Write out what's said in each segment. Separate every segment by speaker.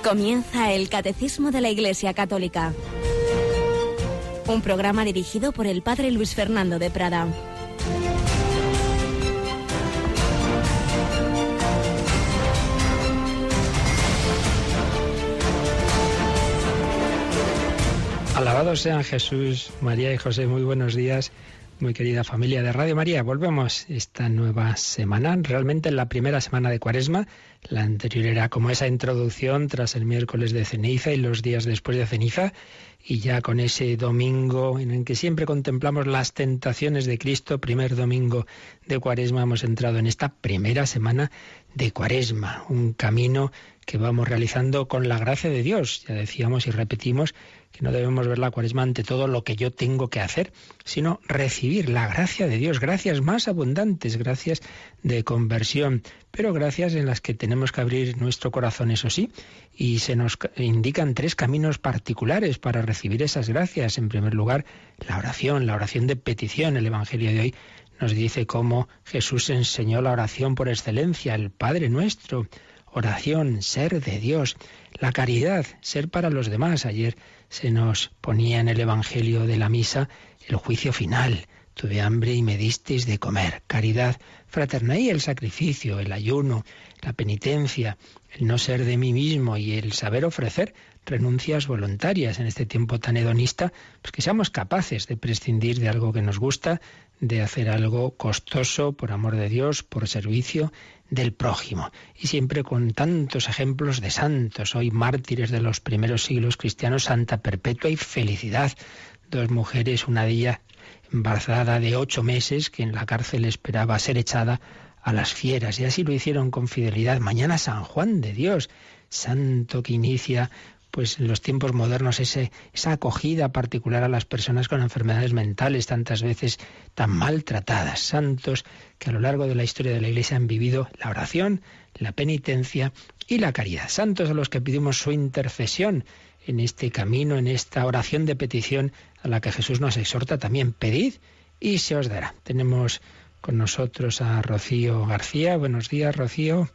Speaker 1: Comienza el Catecismo de la Iglesia Católica. Un programa dirigido por el Padre Luis Fernando de Prada.
Speaker 2: Alabados sean Jesús, María y José. Muy buenos días, muy querida familia de Radio María. Volvemos esta nueva semana, realmente en la primera semana de Cuaresma. La anterior era como esa introducción tras el miércoles de ceniza y los días después de ceniza, y ya con ese domingo en el que siempre contemplamos las tentaciones de Cristo, primer domingo de Cuaresma, hemos entrado en esta primera semana de Cuaresma, un camino que vamos realizando con la gracia de Dios. Ya decíamos y repetimos que no debemos ver la Cuaresma ante todo lo que yo tengo que hacer, sino recibir la gracia de Dios, gracias más abundantes, gracias de conversión, pero gracias en las que tenemos que abrir nuestro corazón, eso sí, y se nos indican tres caminos particulares para recibir esas gracias. En primer lugar, la oración de petición. El Evangelio de hoy nos dice cómo Jesús enseñó la oración por excelencia, el Padre Nuestro. Oración, ser de Dios. La caridad, ser para los demás. Ayer se nos ponía en el Evangelio de la Misa el juicio final. Tuve hambre y me disteis de comer. Caridad fraterna. Y el sacrificio, el ayuno, la penitencia, el no ser de mí mismo y el saber ofrecer renuncias voluntarias en este tiempo tan hedonista, pues que seamos capaces de prescindir de algo que nos gusta, de hacer algo costoso por amor de Dios, por servicio del prójimo. Y siempre con tantos ejemplos de santos, hoy mártires de los primeros siglos cristianos, Santa Perpetua y Felicidad, dos mujeres, una de ellas embarazada de 8 meses, que en la cárcel esperaba ser echada a las fieras, y así lo hicieron con fidelidad. Mañana San Juan de Dios, santo que inicia pues en los tiempos modernos esa acogida particular a las personas con enfermedades mentales, tantas veces tan maltratadas. Santos que a lo largo de la historia de la Iglesia han vivido la oración, la penitencia y la caridad. Santos a los que pedimos su intercesión en este camino, en esta oración de petición a la que Jesús nos exhorta también. Pedid y se os dará. Tenemos con nosotros a Rocío García. Buenos días, Rocío.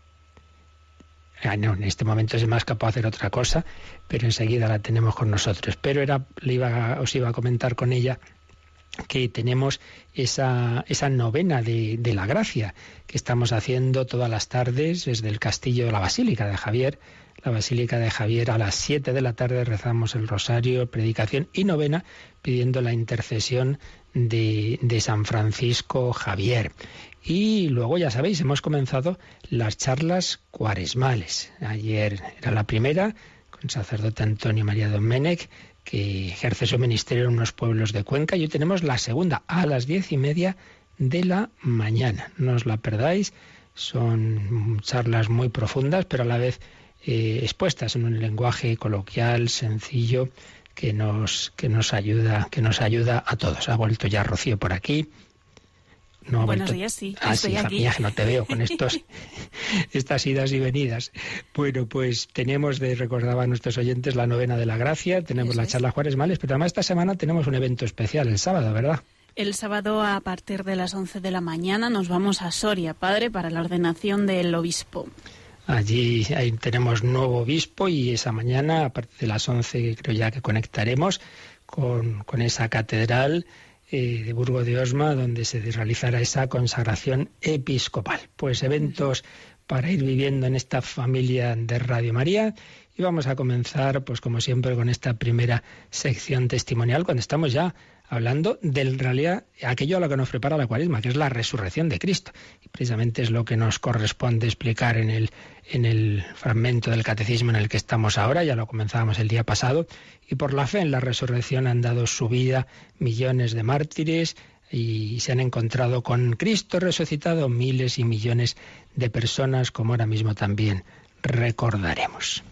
Speaker 2: No, en este momento se me ha escapado hacer otra cosa, pero enseguida la tenemos con nosotros. Pero os iba a comentar con ella que tenemos esa novena de la gracia que estamos haciendo todas las tardes desde el castillo de la Basílica de Javier. La Basílica de Javier, a las 7 de la tarde rezamos el rosario, predicación y novena pidiendo la intercesión de San Francisco Javier. Y luego, ya sabéis, hemos comenzado las charlas cuaresmales. Ayer era la primera con el sacerdote Antonio María Domènech, que ejerce su ministerio en unos pueblos de Cuenca, y hoy tenemos la segunda a las 10:30 de la mañana. No os la perdáis, son charlas muy profundas, pero a la vez expuestas en un lenguaje coloquial, sencillo, que nos ayuda a todos. Ha vuelto ya Rocío por aquí. No,
Speaker 3: buenos días, sí, estoy aquí.
Speaker 2: Mía, que no te veo con estas idas y venidas. Bueno, pues recordaba a nuestros oyentes la novena de la gracia, tenemos la charla cuaresmales, pero además esta semana tenemos un evento especial el sábado, ¿verdad?
Speaker 3: El sábado a partir de las 11 de la mañana nos vamos a Soria, Padre, para la ordenación del obispo.
Speaker 2: Ahí tenemos nuevo obispo y esa mañana, a partir de las 11, creo ya que conectaremos con esa catedral de Burgo de Osma, donde se realizará esa consagración episcopal. Pues eventos para ir viviendo en esta familia de Radio María. Y vamos a comenzar, pues como siempre, con esta primera sección testimonial, cuando estamos ya hablando de, en realidad, aquello a lo que nos prepara la Cuaresma, que es la resurrección de Cristo. Y precisamente es lo que nos corresponde explicar en el fragmento del Catecismo en el que estamos ahora. Ya lo comenzábamos el día pasado. Y por la fe en la resurrección han dado su vida millones de mártires y se han encontrado con Cristo resucitado miles y millones de personas, como ahora mismo también recordaremos.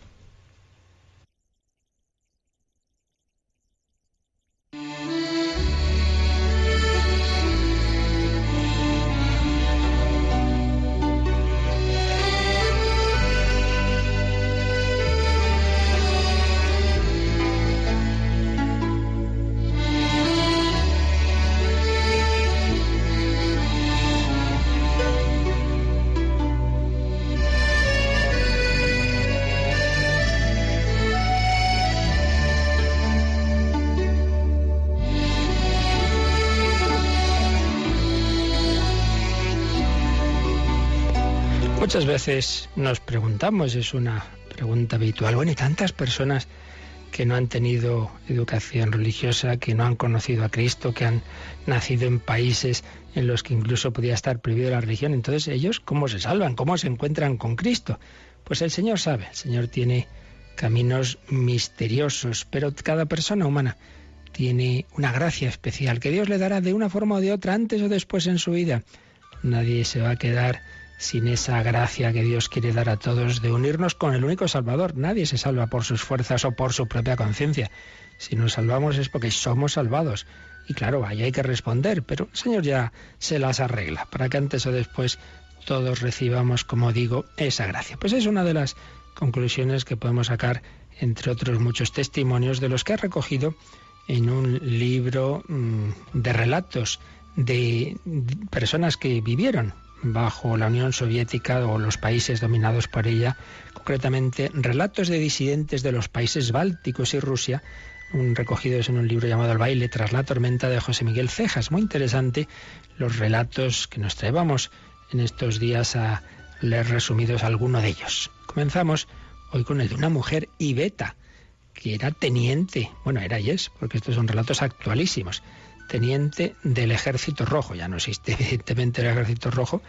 Speaker 2: Muchas veces nos preguntamos, es una pregunta habitual, bueno, y tantas personas que no han tenido educación religiosa, que no han conocido a Cristo, que han nacido en países en los que incluso podía estar prohibido la religión, entonces ellos, ¿cómo se salvan? ¿Cómo se encuentran con Cristo? Pues el Señor sabe, el Señor tiene caminos misteriosos, pero cada persona humana tiene una gracia especial que Dios le dará de una forma o de otra, antes o después en su vida. Nadie se va a quedar sin esa gracia que Dios quiere dar a todos de unirnos con el único Salvador. Nadie se salva por sus fuerzas o por su propia conciencia. Si nos salvamos es porque somos salvados. Y claro, ahí hay que responder, pero el Señor ya se las arregla para que antes o después todos recibamos, como digo, esa gracia. Pues es una de las conclusiones que podemos sacar, entre otros muchos testimonios, de los que ha recogido en un libro de relatos de personas que vivieron bajo la Unión Soviética o los países dominados por ella, concretamente relatos de disidentes de los países bálticos y Rusia, recogidos en un libro llamado El baile tras la tormenta de José Miguel Cejas. Muy interesante los relatos que nos traemos en estos días a leer resumidos alguno de ellos. Comenzamos hoy con el de una mujer, Iveta, que era teniente, bueno, era y es, porque estos son relatos actualísimos, teniente del Ejército Rojo. Ya no existe evidentemente el Ejército Rojo,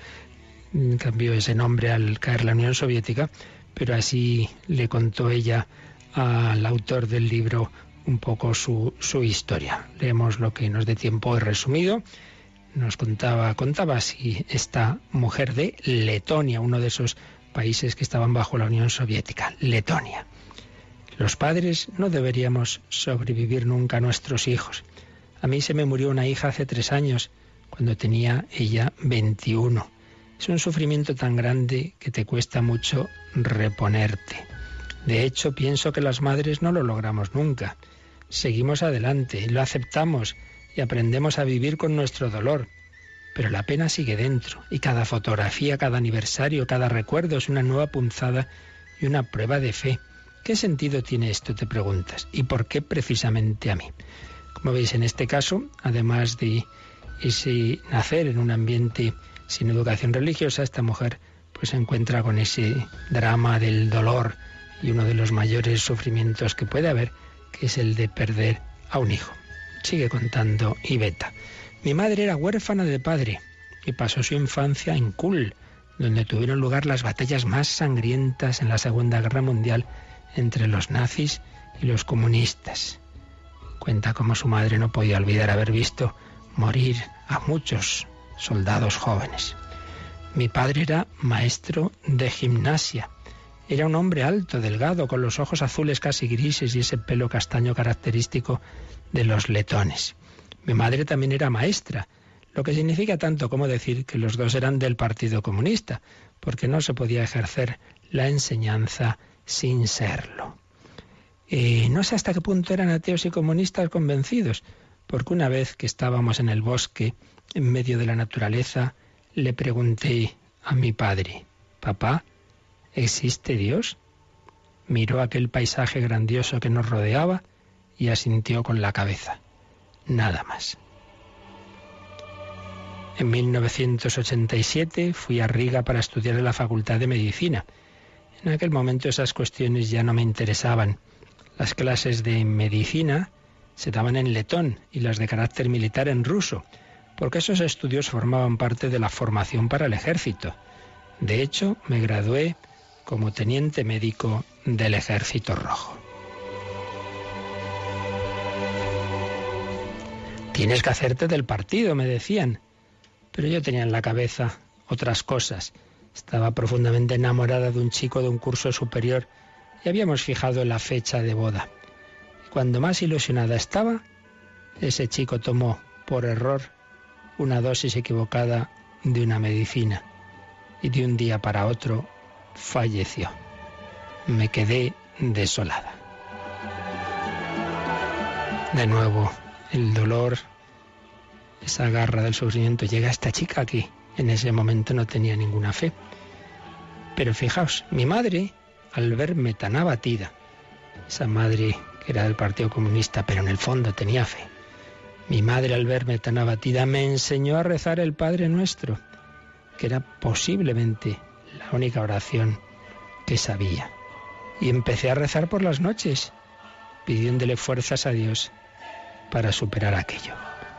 Speaker 2: cambió ese nombre al caer la Unión Soviética, pero así le contó ella al autor del libro un poco su historia. Leemos lo que nos dé tiempo hoy resumido. Nos contaba así esta mujer de Letonia, uno de esos países que estaban bajo la Unión Soviética, Letonia. Los padres no deberíamos sobrevivir nunca a nuestros hijos. A mí se me murió una hija hace 3 años, cuando tenía ella 21. Es un sufrimiento tan grande que te cuesta mucho reponerte. De hecho, pienso que las madres no lo logramos nunca. Seguimos adelante, lo aceptamos y aprendemos a vivir con nuestro dolor. Pero la pena sigue dentro, y cada fotografía, cada aniversario, cada recuerdo es una nueva punzada y una prueba de fe. ¿Qué sentido tiene esto?, te preguntas. ¿Y por qué precisamente a mí? Como veis, en este caso, además de ese nacer en un ambiente sin educación religiosa, esta mujer pues se encuentra con ese drama del dolor y uno de los mayores sufrimientos que puede haber, que es el de perder a un hijo. Sigue contando Iveta. Mi madre era huérfana de padre y pasó su infancia en Kul, donde tuvieron lugar las batallas más sangrientas en la Segunda Guerra Mundial entre los nazis y los comunistas. Cuenta cómo su madre no podía olvidar haber visto morir a muchos soldados jóvenes. Mi padre era maestro de gimnasia. Era un hombre alto, delgado, con los ojos azules casi grises y ese pelo castaño característico de los letones. Mi madre también era maestra, lo que significa tanto como decir que los dos eran del Partido Comunista, porque no se podía ejercer la enseñanza sin serlo. No sé hasta qué punto eran ateos y comunistas convencidos, porque una vez que estábamos en el bosque, en medio de la naturaleza, le pregunté a mi padre: «Papá, ¿existe Dios?». Miró aquel paisaje grandioso que nos rodeaba y asintió con la cabeza. Nada más. En 1987 fui a Riga para estudiar en la Facultad de Medicina. En aquel momento esas cuestiones ya no me interesaban. Las clases de medicina se daban en letón y las de carácter militar en ruso, porque esos estudios formaban parte de la formación para el ejército. De hecho, me gradué como teniente médico del Ejército Rojo. Tienes que hacerte del partido, me decían. Pero yo tenía en la cabeza otras cosas. Estaba profundamente enamorada de un chico de un curso superior y habíamos fijado la fecha de boda. Y cuando más ilusionada estaba, ese chico tomó, por error, una dosis equivocada de una medicina y de un día para otro falleció. Me quedé desolada. De nuevo, el dolor, esa garra del sufrimiento llega a esta chica que en ese momento no tenía ninguna fe. Pero fijaos, mi madre, al verme tan abatida, esa madre que era del Partido Comunista, pero en el fondo tenía fe, mi madre al verme tan abatida me enseñó a rezar el Padre Nuestro, que era posiblemente la única oración que sabía. Y empecé a rezar por las noches, pidiéndole fuerzas a Dios para superar aquello.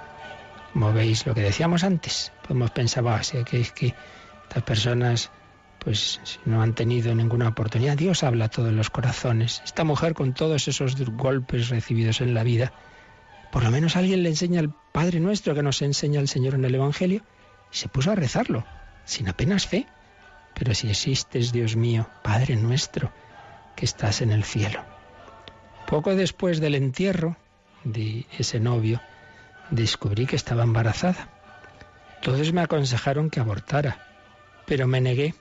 Speaker 2: Como veis, lo que decíamos antes, podemos pensar, que es que estas personas, pues si no han tenido ninguna oportunidad, Dios habla a todos los corazones. Esta mujer, con todos esos golpes recibidos en la vida, por lo menos alguien le enseña al Padre Nuestro que nos enseña el Señor en el Evangelio, y se puso a rezarlo, sin apenas fe. Pero si existes, Dios mío, Padre Nuestro, que estás en el cielo. Poco después del entierro de ese novio, descubrí que estaba embarazada. Todos me aconsejaron que abortara, pero me negué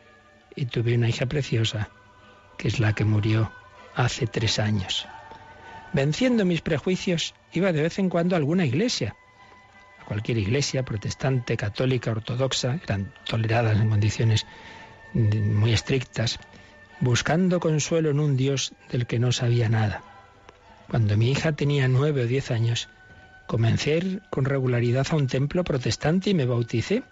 Speaker 2: y tuve una hija preciosa, que es la que murió hace 3 años. Venciendo mis prejuicios, iba de vez en cuando a alguna iglesia. A cualquier iglesia, protestante, católica, ortodoxa, eran toleradas en condiciones muy estrictas, buscando consuelo en un Dios del que no sabía nada. Cuando mi hija tenía 9 o 10 años, comencé a ir con regularidad a un templo protestante y me bauticé.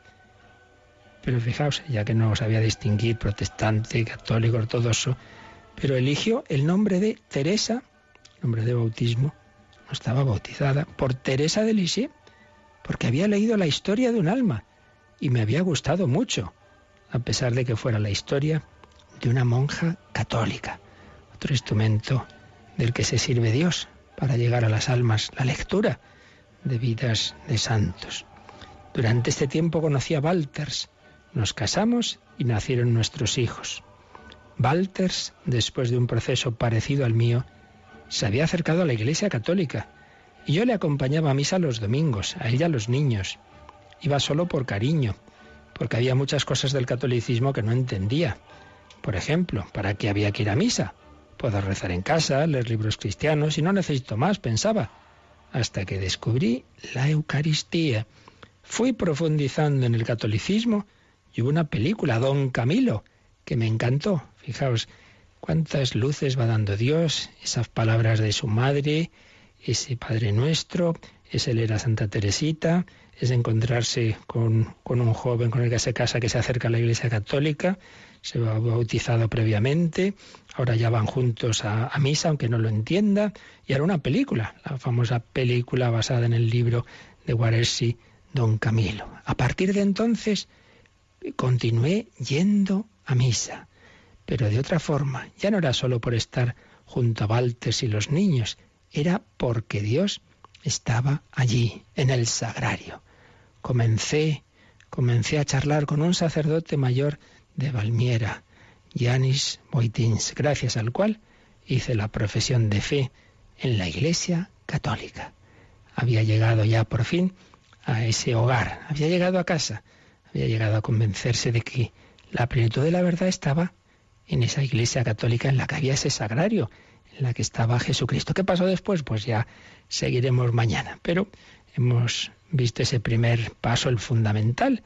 Speaker 2: Pero fijaos, ya que no sabía distinguir protestante, católico, ortodoxo, pero eligió el nombre de Teresa, nombre de bautismo, no estaba bautizada, por Teresa de Lisieux, porque había leído la historia de un alma y me había gustado mucho, a pesar de que fuera la historia de una monja católica, otro instrumento del que se sirve Dios para llegar a las almas, la lectura de vidas de santos. Durante este tiempo conocí a Walters, nos casamos y nacieron nuestros hijos. Walters, después de un proceso parecido al mío, se había acercado a la Iglesia Católica y yo le acompañaba a misa los domingos, a ella a los niños. Iba solo por cariño, porque había muchas cosas del catolicismo que no entendía. Por ejemplo, ¿para qué había que ir a misa? Puedo rezar en casa, leer libros cristianos y no necesito más, pensaba. Hasta que descubrí la Eucaristía. Fui profundizando en el catolicismo y hubo una película, Don Camilo, que me encantó. Fijaos cuántas luces va dando Dios, esas palabras de su madre, ese Padre Nuestro, ese leer a Santa Teresita, es encontrarse con un joven con el que se casa, que se acerca a la Iglesia Católica, se ha bautizado previamente, ahora ya van juntos a misa, aunque no lo entienda, y ahora una película, la famosa película basada en el libro de Guareschi, Don Camilo. A partir de entonces continué yendo a misa, pero de otra forma. Ya no era solo por estar junto a Walters y los niños, era porque Dios estaba allí, en el sagrario. Comencé a charlar con un sacerdote mayor de Valmiera, Janis Boitins, gracias al cual hice la profesión de fe en la Iglesia Católica. Había llegado ya por fin a ese hogar, había llegado a casa, había llegado a convencerse de que la plenitud de la verdad estaba en esa Iglesia Católica en la que había ese sagrario, en la que estaba Jesucristo. ¿Qué pasó después? Pues ya seguiremos mañana. Pero hemos visto ese primer paso, el fundamental,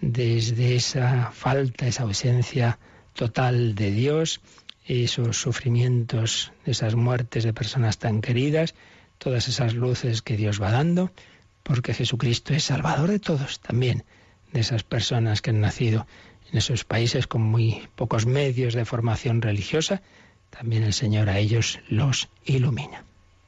Speaker 2: desde esa falta, esa ausencia total de Dios, esos sufrimientos, esas muertes de personas tan queridas, todas esas luces que Dios va dando, porque Jesucristo es Salvador de todos, también de esas personas que han nacido en esos países con muy pocos medios de formación religiosa. También el Señor a ellos los ilumina.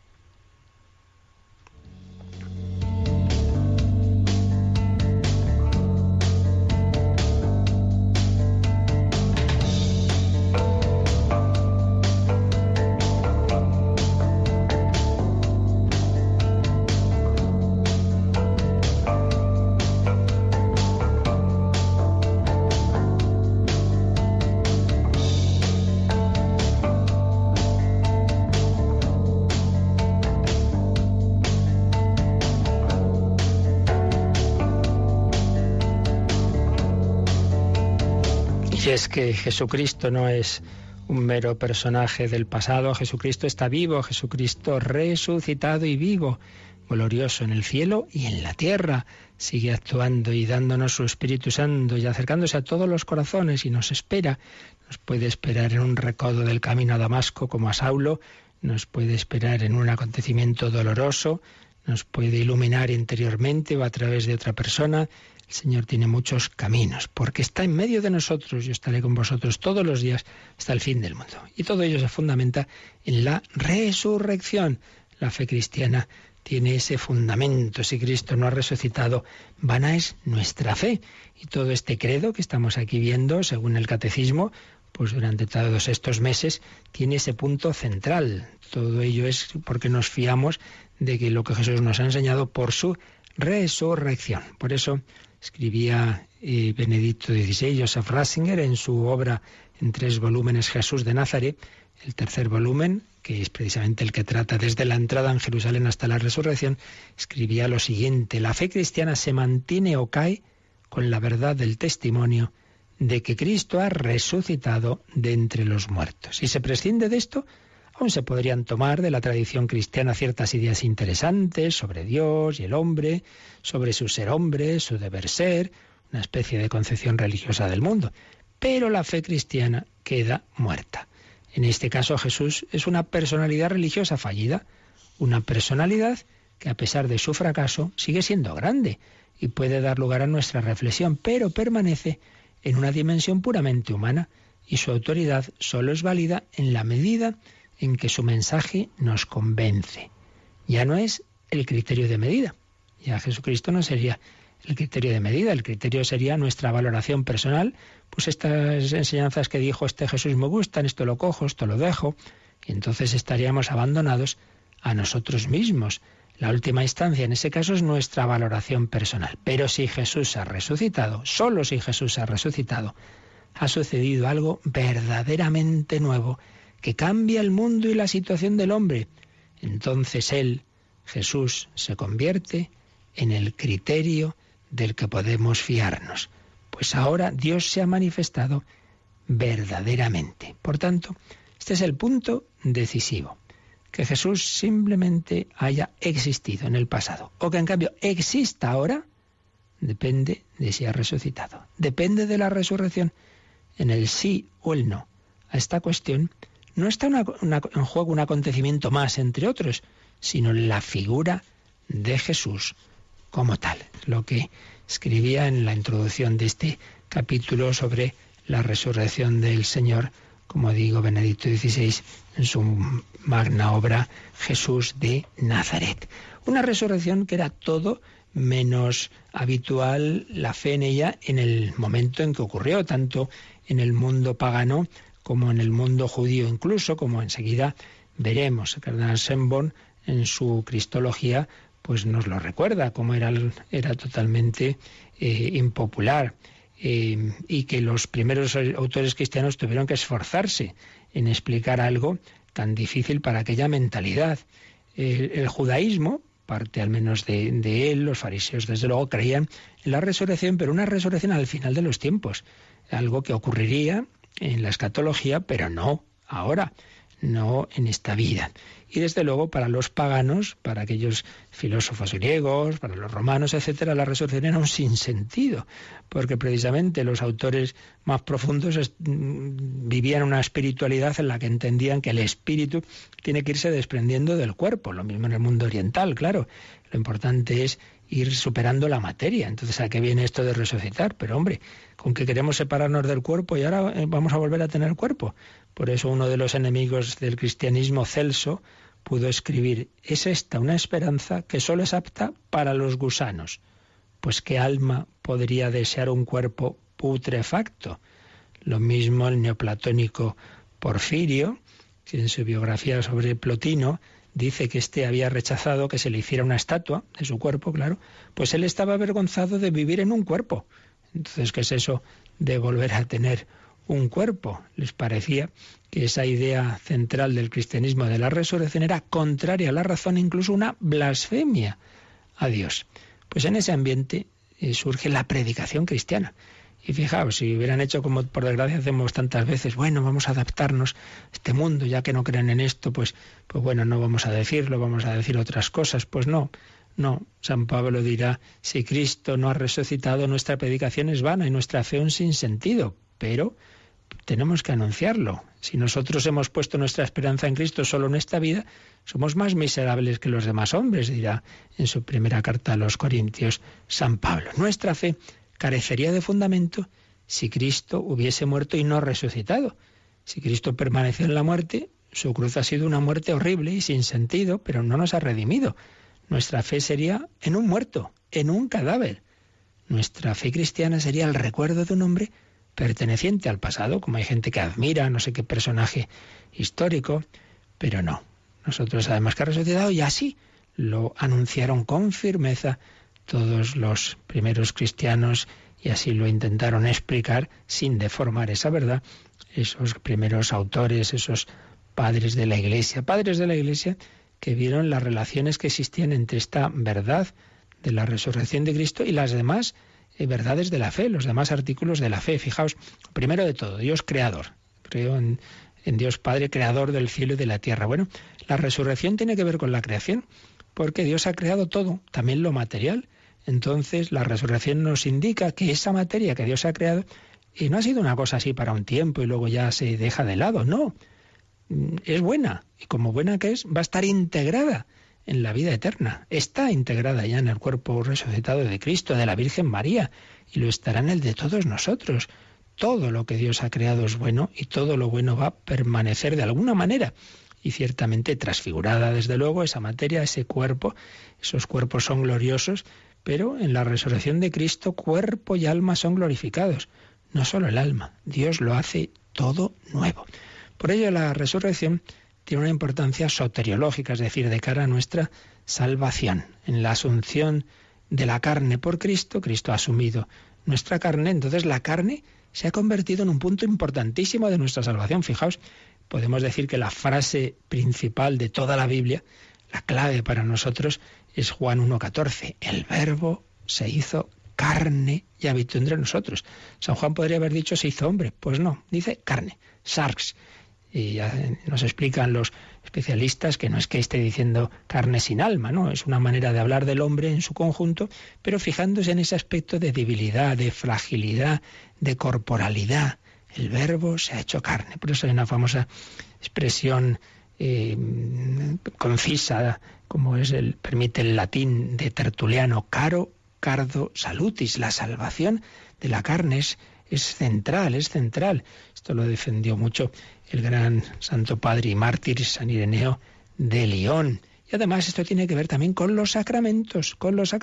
Speaker 2: Y es que Jesucristo no es un mero personaje del pasado, Jesucristo está vivo, Jesucristo resucitado y vivo, glorioso en el cielo y en la tierra. Sigue actuando y dándonos su Espíritu Santo y acercándose a todos los corazones y nos espera. Nos puede esperar en un recodo del camino a Damasco como a Saulo, nos puede esperar en un acontecimiento doloroso, nos puede iluminar interiormente o a través de otra persona. El el Señor tiene muchos caminos, porque está en medio de nosotros. Yo estaré con vosotros todos los días hasta el fin del mundo. Y todo ello se fundamenta en la resurrección. La fe cristiana tiene ese fundamento. Si Cristo no ha resucitado, vana es nuestra fe. Y todo este credo que estamos aquí viendo, según el Catecismo, pues durante todos estos meses, tiene ese punto central. Todo ello es porque nos fiamos de que lo que Jesús nos ha enseñado por su resurrección. Por eso escribía Benedicto XVI, Joseph Ratzinger, en su obra en 3 volúmenes, Jesús de Nazaret, el tercer volumen, que es precisamente el que trata desde la entrada en Jerusalén hasta la resurrección, escribía lo siguiente: la fe cristiana se mantiene o cae con la verdad del testimonio de que Cristo ha resucitado de entre los muertos. Si se prescinde de esto, aún se podrían tomar de la tradición cristiana ciertas ideas interesantes sobre Dios y el hombre, sobre su ser hombre, su deber ser, una especie de concepción religiosa del mundo. Pero la fe cristiana queda muerta. En este caso, Jesús es una personalidad religiosa fallida, una personalidad que a pesar de su fracaso sigue siendo grande y puede dar lugar a nuestra reflexión, pero permanece en una dimensión puramente humana y su autoridad solo es válida en la medida en que su mensaje nos convence. Ya no es el criterio de medida. Ya Jesucristo no sería el criterio de medida. El criterio sería nuestra valoración personal. Pues estas enseñanzas que dijo este Jesús me gustan, esto lo cojo, esto lo dejo. Y entonces estaríamos abandonados a nosotros mismos. La última instancia en ese caso es nuestra valoración personal. Pero si Jesús ha resucitado, solo si Jesús ha resucitado, ha sucedido algo verdaderamente nuevo que cambia el mundo y la situación del hombre. Entonces Él, Jesús, se convierte en el criterio del que podemos fiarnos. Pues ahora Dios se ha manifestado verdaderamente. Por tanto, este es el punto decisivo. Que Jesús simplemente haya existido en el pasado, o que en cambio exista ahora, depende de si ha resucitado. Depende de la resurrección. En el sí o el no a esta cuestión no está en juego un acontecimiento más, entre otros, sino la figura de Jesús como tal. Lo que escribía en la introducción de este capítulo sobre la resurrección del Señor, como digo, Benedicto XVI, en su magna obra Jesús de Nazaret. Una resurrección que era todo menos habitual, la fe en ella, en el momento en que ocurrió, tanto en el mundo pagano como en el mundo judío, incluso, como enseguida veremos. El cardenal Sanborn, en su Cristología, pues nos lo recuerda, como era totalmente impopular. Y que los primeros autores cristianos tuvieron que esforzarse en explicar algo tan difícil para aquella mentalidad. El judaísmo, parte al menos de él, los fariseos desde luego creían en la resurrección, pero una resurrección al final de los tiempos, algo que ocurriría en la escatología, pero no ahora, no en esta vida. Y desde luego para los paganos, para aquellos filósofos griegos, para los romanos, etcétera, la resurrección era un sinsentido, porque precisamente los autores más profundos vivían una espiritualidad en la que entendían que el espíritu tiene que irse desprendiendo del cuerpo, lo mismo en el mundo oriental, claro. Lo importante es ir superando la materia. Entonces, ¿a qué viene esto de resucitar? Pero hombre, con que queremos separarnos del cuerpo y ahora vamos a volver a tener cuerpo. Por eso uno de los enemigos del cristianismo, Celso, pudo escribir: es esta una esperanza que solo es apta para los gusanos. Pues ¿qué alma podría desear un cuerpo putrefacto? Lo mismo el neoplatónico Porfirio, que en su biografía sobre Plotino dice que éste había rechazado que se le hiciera una estatua de su cuerpo, claro, pues él estaba avergonzado de vivir en un cuerpo. Entonces, ¿qué es eso de volver a tener un cuerpo? Les parecía que esa idea central del cristianismo de la resurrección era contraria a la razón, incluso una blasfemia a Dios. Pues en ese ambiente surge la predicación cristiana. Y fijaos, si hubieran hecho como por desgracia hacemos tantas veces, bueno, vamos a adaptarnos a este mundo, ya que no creen en esto, pues bueno, no vamos a decirlo, vamos a decir otras cosas. Pues no, San Pablo dirá, si Cristo no ha resucitado, nuestra predicación es vana y nuestra fe un sinsentido, pero tenemos que anunciarlo. Si nosotros hemos puesto nuestra esperanza en Cristo solo en esta vida, somos más miserables que los demás hombres, dirá en su primera carta a los Corintios San Pablo. Nuestra fe carecería de fundamento si Cristo hubiese muerto y no resucitado. Si Cristo permaneció en la muerte, su cruz ha sido una muerte horrible y sin sentido, pero no nos ha redimido. Nuestra fe sería en un muerto, en un cadáver. Nuestra fe cristiana sería el recuerdo de un hombre perteneciente al pasado, como hay gente que admira no sé qué personaje histórico, pero no. Nosotros sabemos que ha resucitado y así lo anunciaron con firmeza todos los primeros cristianos y así lo intentaron explicar sin deformar esa verdad esos primeros autores, esos padres de la Iglesia que vieron las relaciones que existían entre esta verdad de la resurrección de Cristo y las demás verdades de la fe, los demás artículos de la fe. Fijaos, primero de todo, Dios creador. Creo en Dios Padre, creador del cielo y de la tierra. Bueno, la resurrección tiene que ver con la creación, porque Dios ha creado todo, también lo material. Entonces, la resurrección nos indica que esa materia que Dios ha creado no ha sido una cosa así para un tiempo y luego ya se deja de lado, no. Es buena, y como buena que es, va a estar integrada en la vida eterna. Está integrada ya en el cuerpo resucitado de Cristo, de la Virgen María, y lo estará en el de todos nosotros. Todo lo que Dios ha creado es bueno y todo lo bueno va a permanecer de alguna manera. Y ciertamente transfigurada, desde luego, esa materia, ese cuerpo, esos cuerpos son gloriosos, pero en la resurrección de Cristo, cuerpo y alma son glorificados. No solo el alma, Dios lo hace todo nuevo. Por ello la resurrección tiene una importancia soteriológica, es decir, de cara a nuestra salvación. En la asunción de la carne por Cristo, Cristo ha asumido nuestra carne, entonces la carne se ha convertido en un punto importantísimo de nuestra salvación. Fijaos, podemos decir que la frase principal de toda la Biblia, la clave para nosotros, es Juan 1,14. El Verbo se hizo carne y habitó entre nosotros. San Juan podría haber dicho se hizo hombre. Pues no, dice carne, sarx. Y ya nos explican los especialistas que no es que esté diciendo carne sin alma, no, es una manera de hablar del hombre en su conjunto, pero fijándose en ese aspecto de debilidad, de fragilidad, de corporalidad. El Verbo se ha hecho carne. Por eso hay una famosa expresión concisa, como permite el latín de Tertuliano, caro, cardo, salutis. La salvación de la carne es central, es central. Esto lo defendió mucho el gran santo padre y mártir San Ireneo de León. Y además esto tiene que ver también con los sacramentos,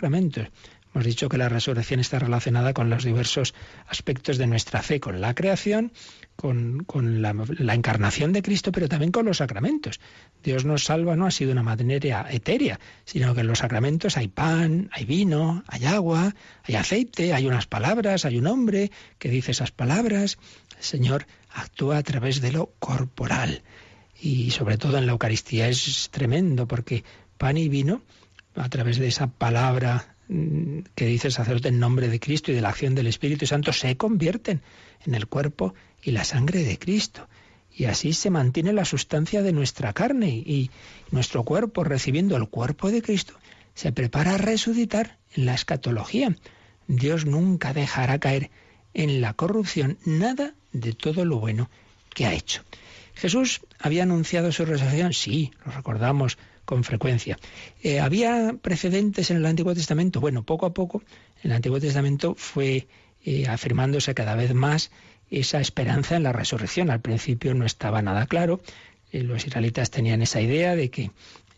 Speaker 2: Hemos dicho que la resurrección está relacionada con los diversos aspectos de nuestra fe, con la creación, con la encarnación de Cristo, pero también con los sacramentos. Dios nos salva no ha sido una manera etérea, sino que en los sacramentos hay pan, hay vino, hay agua, hay aceite, hay unas palabras, hay un hombre que dice esas palabras. El Señor actúa a través de lo corporal. Y sobre todo en la Eucaristía es tremendo, porque pan y vino, a través de esa palabra que dice el sacerdote en nombre de Cristo y de la acción del Espíritu Santo, se convierten en el cuerpo y la sangre de Cristo. Y así se mantiene la sustancia de nuestra carne y nuestro cuerpo, recibiendo el cuerpo de Cristo, se prepara a resucitar en la escatología. Dios nunca dejará caer en la corrupción nada de todo lo bueno que ha hecho. ¿Jesús había anunciado su resurrección? Sí, lo recordamos con frecuencia. ¿Había precedentes en el Antiguo Testamento? Bueno, poco a poco en el Antiguo Testamento fue afirmándose cada vez más esa esperanza en la resurrección. Al principio no estaba nada claro. Los israelitas tenían esa idea de que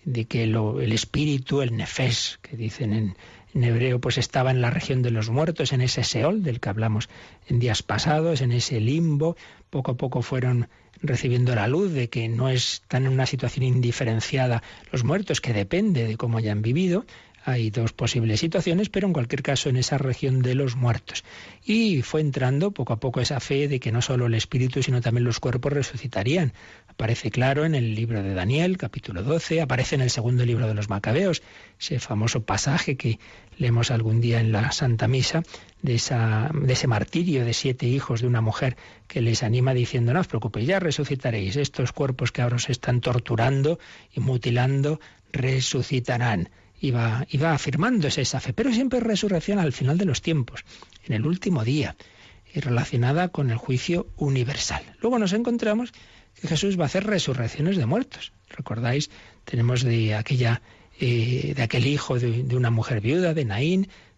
Speaker 2: el espíritu, el nefesh, que dicen en hebreo, pues estaba en la región de los muertos, en ese Seol del que hablamos en días pasados, en ese limbo. Poco a poco fueron recibiendo la luz de que no están en una situación indiferenciada los muertos, que depende de cómo hayan vivido. Hay dos posibles situaciones, pero en cualquier caso en esa región de los muertos. Y fue entrando poco a poco esa fe de que no solo el espíritu, sino también los cuerpos resucitarían. Aparece claro en el libro de Daniel, capítulo 12, aparece en el segundo libro de los Macabeos, ese famoso pasaje que leemos algún día en la Santa Misa, de ese martirio de 7 hijos de una mujer que les anima diciendo, no os preocupéis, ya resucitaréis, estos cuerpos que ahora os están torturando y mutilando, resucitarán. Iba afirmándose esa fe, pero siempre resurrección al final de los tiempos, en el último día, y relacionada con el juicio universal. Luego nos encontramos que Jesús va a hacer resurrecciones de muertos. ¿Recordáis? Tenemos de aquel hijo de una mujer viuda, de Naín,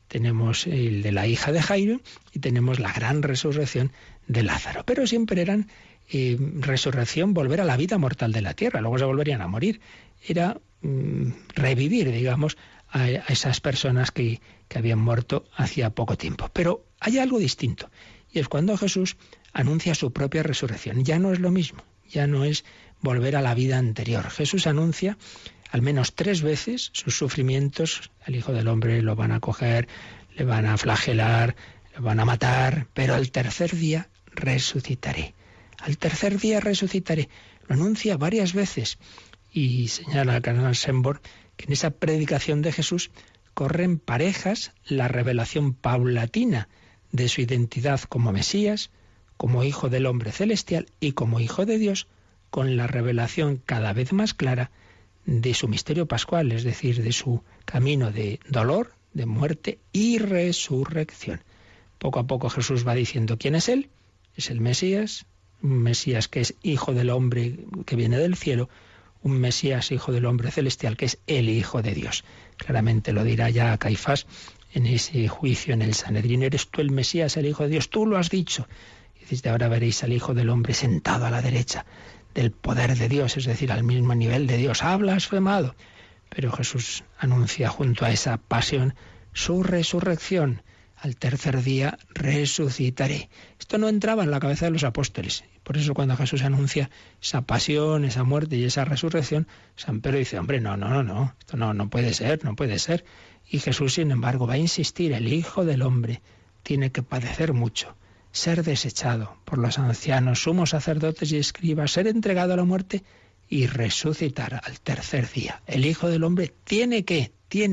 Speaker 2: tenemos el de la hija de Jairo y tenemos la gran resurrección de Lázaro. Pero siempre eran resurrección, volver a la vida mortal de la tierra, luego se volverían a morir. Era revivir, digamos, a esas personas que habían muerto hacía poco tiempo. Pero hay algo distinto, y es cuando Jesús anuncia su propia resurrección. Ya no es lo mismo, ya no es volver a la vida anterior. Jesús anuncia al menos 3 veces sus sufrimientos. Al Hijo del Hombre lo van a coger, le van a flagelar, le van a matar, pero al tercer día resucitaré. Al tercer día resucitaré. Lo anuncia varias veces. Y señala el cardenal Sembor que en esa predicación de Jesús corren parejas la revelación paulatina de su identidad como Mesías, como Hijo del Hombre celestial y como Hijo de Dios, con la revelación cada vez más clara de su misterio pascual, es decir, de su camino de dolor, de muerte y resurrección. Poco a poco Jesús va diciendo quién es Él. Es el Mesías, un Mesías que es Hijo del Hombre que viene del cielo, un Mesías Hijo del Hombre celestial que es el Hijo de Dios. Claramente lo dirá ya a Caifás en ese juicio en el Sanedrín. ¿Eres tú el Mesías, el Hijo de Dios? Tú lo has dicho. Y desde ahora veréis al Hijo del Hombre sentado a la derecha del poder de Dios, es decir, al mismo nivel de Dios. Ha blasfemado. Pero Jesús anuncia junto a esa pasión su resurrección. Al tercer día resucitaré. Esto no entraba en la cabeza de los apóstoles. Por eso cuando Jesús anuncia esa pasión, esa muerte y esa resurrección, San Pedro dice, hombre, no, esto no puede ser, no puede ser. Y Jesús, sin embargo, va a insistir, el Hijo del Hombre tiene que padecer mucho, ser desechado por los ancianos, sumos sacerdotes y escribas, ser entregado a la muerte y resucitar al tercer día. El Hijo del Hombre tiene que.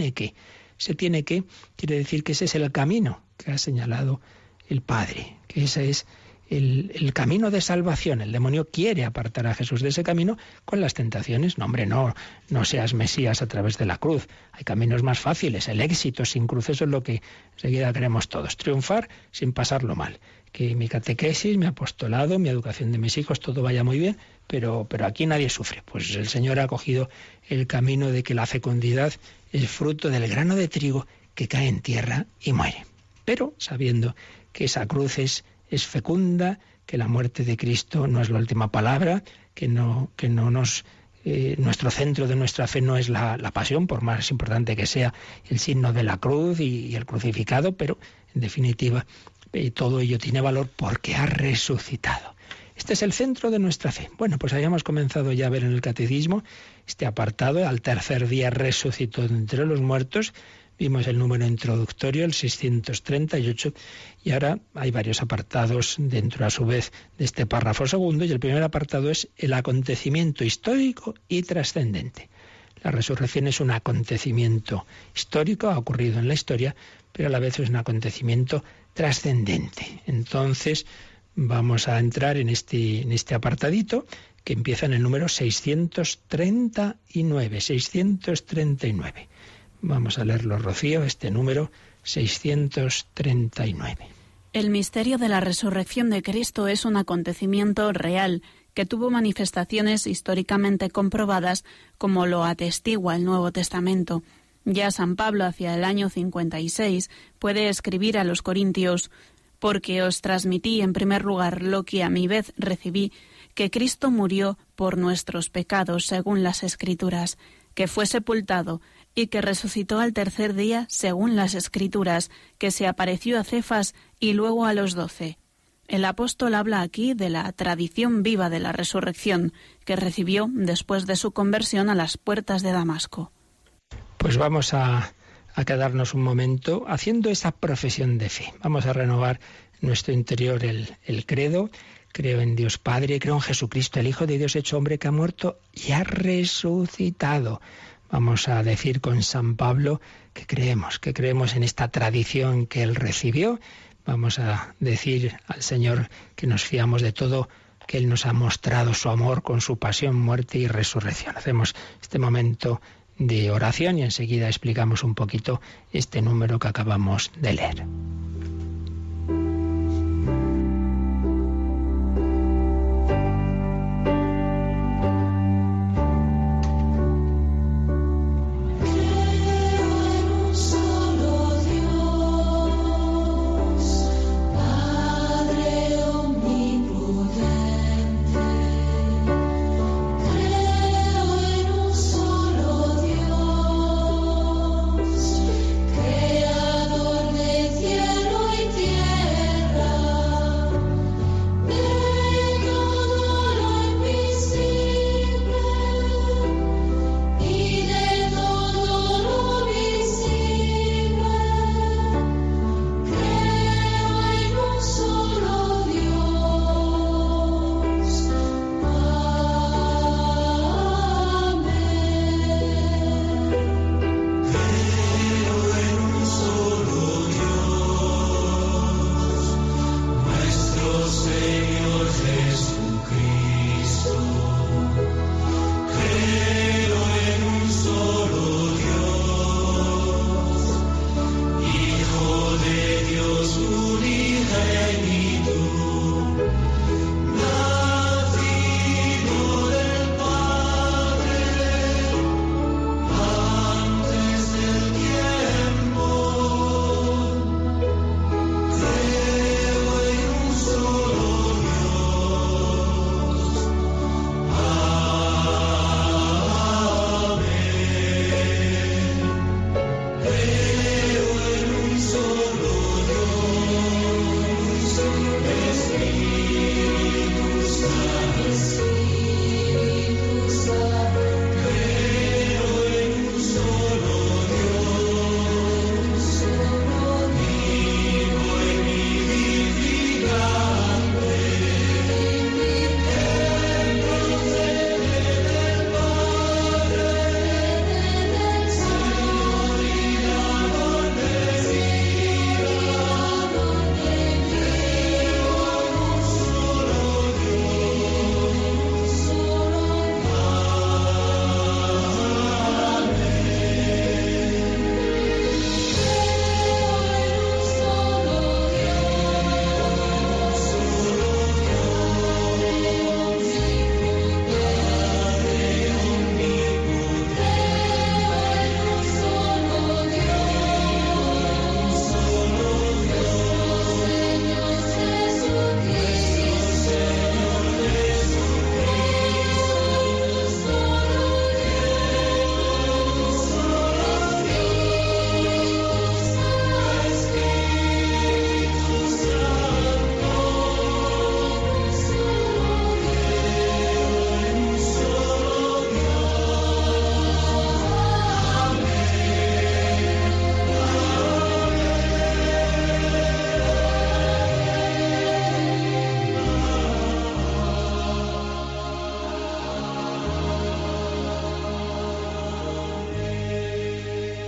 Speaker 2: Ese tiene que quiere decir que ese es el camino que ha señalado el Padre, que ese es el camino de salvación. El demonio quiere apartar a Jesús de ese camino con las tentaciones. No, hombre, no seas Mesías a través de la cruz. Hay caminos más fáciles. El éxito sin cruz, eso es lo que enseguida queremos todos. Triunfar sin pasarlo mal. Que mi catequesis, mi apostolado, mi educación de mis hijos, todo vaya muy bien, pero aquí nadie sufre. Pues el Señor ha cogido el camino de que la fecundidad es fruto del grano de trigo que cae en tierra y muere. Pero sabiendo que esa cruz es fecunda, que la muerte de Cristo no es la última palabra, que nuestro centro de nuestra fe no es la pasión, por más importante que sea el signo de la cruz y el crucificado, pero en definitiva todo ello tiene valor porque ha resucitado. Este es el centro de nuestra fe. Bueno, pues habíamos comenzado ya a ver en el Catecismo este apartado, al tercer día resucitó de entre los muertos. Vimos el número introductorio, el 638, y ahora hay varios apartados dentro a su vez de este párrafo segundo, y el primer apartado es el acontecimiento histórico y trascendente. La resurrección es un acontecimiento histórico, ha ocurrido en la historia, pero a la vez es un acontecimiento trascendente. Entonces vamos a entrar en este apartadito que empieza en el número 639. Vamos a leerlo, Rocío, este número 639.
Speaker 3: El misterio de la resurrección de Cristo es un acontecimiento real que tuvo manifestaciones históricamente comprobadas, como lo atestigua el Nuevo Testamento. Ya San Pablo, hacia el año 56, puede escribir a los corintios: «Porque os transmití en primer lugar lo que a mi vez recibí, que Cristo murió por nuestros pecados según las Escrituras, que fue sepultado y que resucitó al tercer día según las Escrituras, que se apareció a Cefas y luego a los 12». El apóstol habla aquí de la tradición viva de la resurrección que recibió después de su conversión a las puertas de Damasco.
Speaker 2: Pues vamos a quedarnos un momento haciendo esa profesión de fe. Vamos a renovar en nuestro interior el credo. Creo en Dios Padre, creo en Jesucristo, el Hijo de Dios hecho hombre, que ha muerto y ha resucitado. Vamos a decir con San Pablo que creemos en esta tradición que él recibió. Vamos a decir al Señor que nos fiamos de todo, que Él nos ha mostrado su amor con su pasión, muerte y resurrección. Hacemos este momento de oración y enseguida explicamos un poquito este número que acabamos de leer.
Speaker 4: Solo Dios.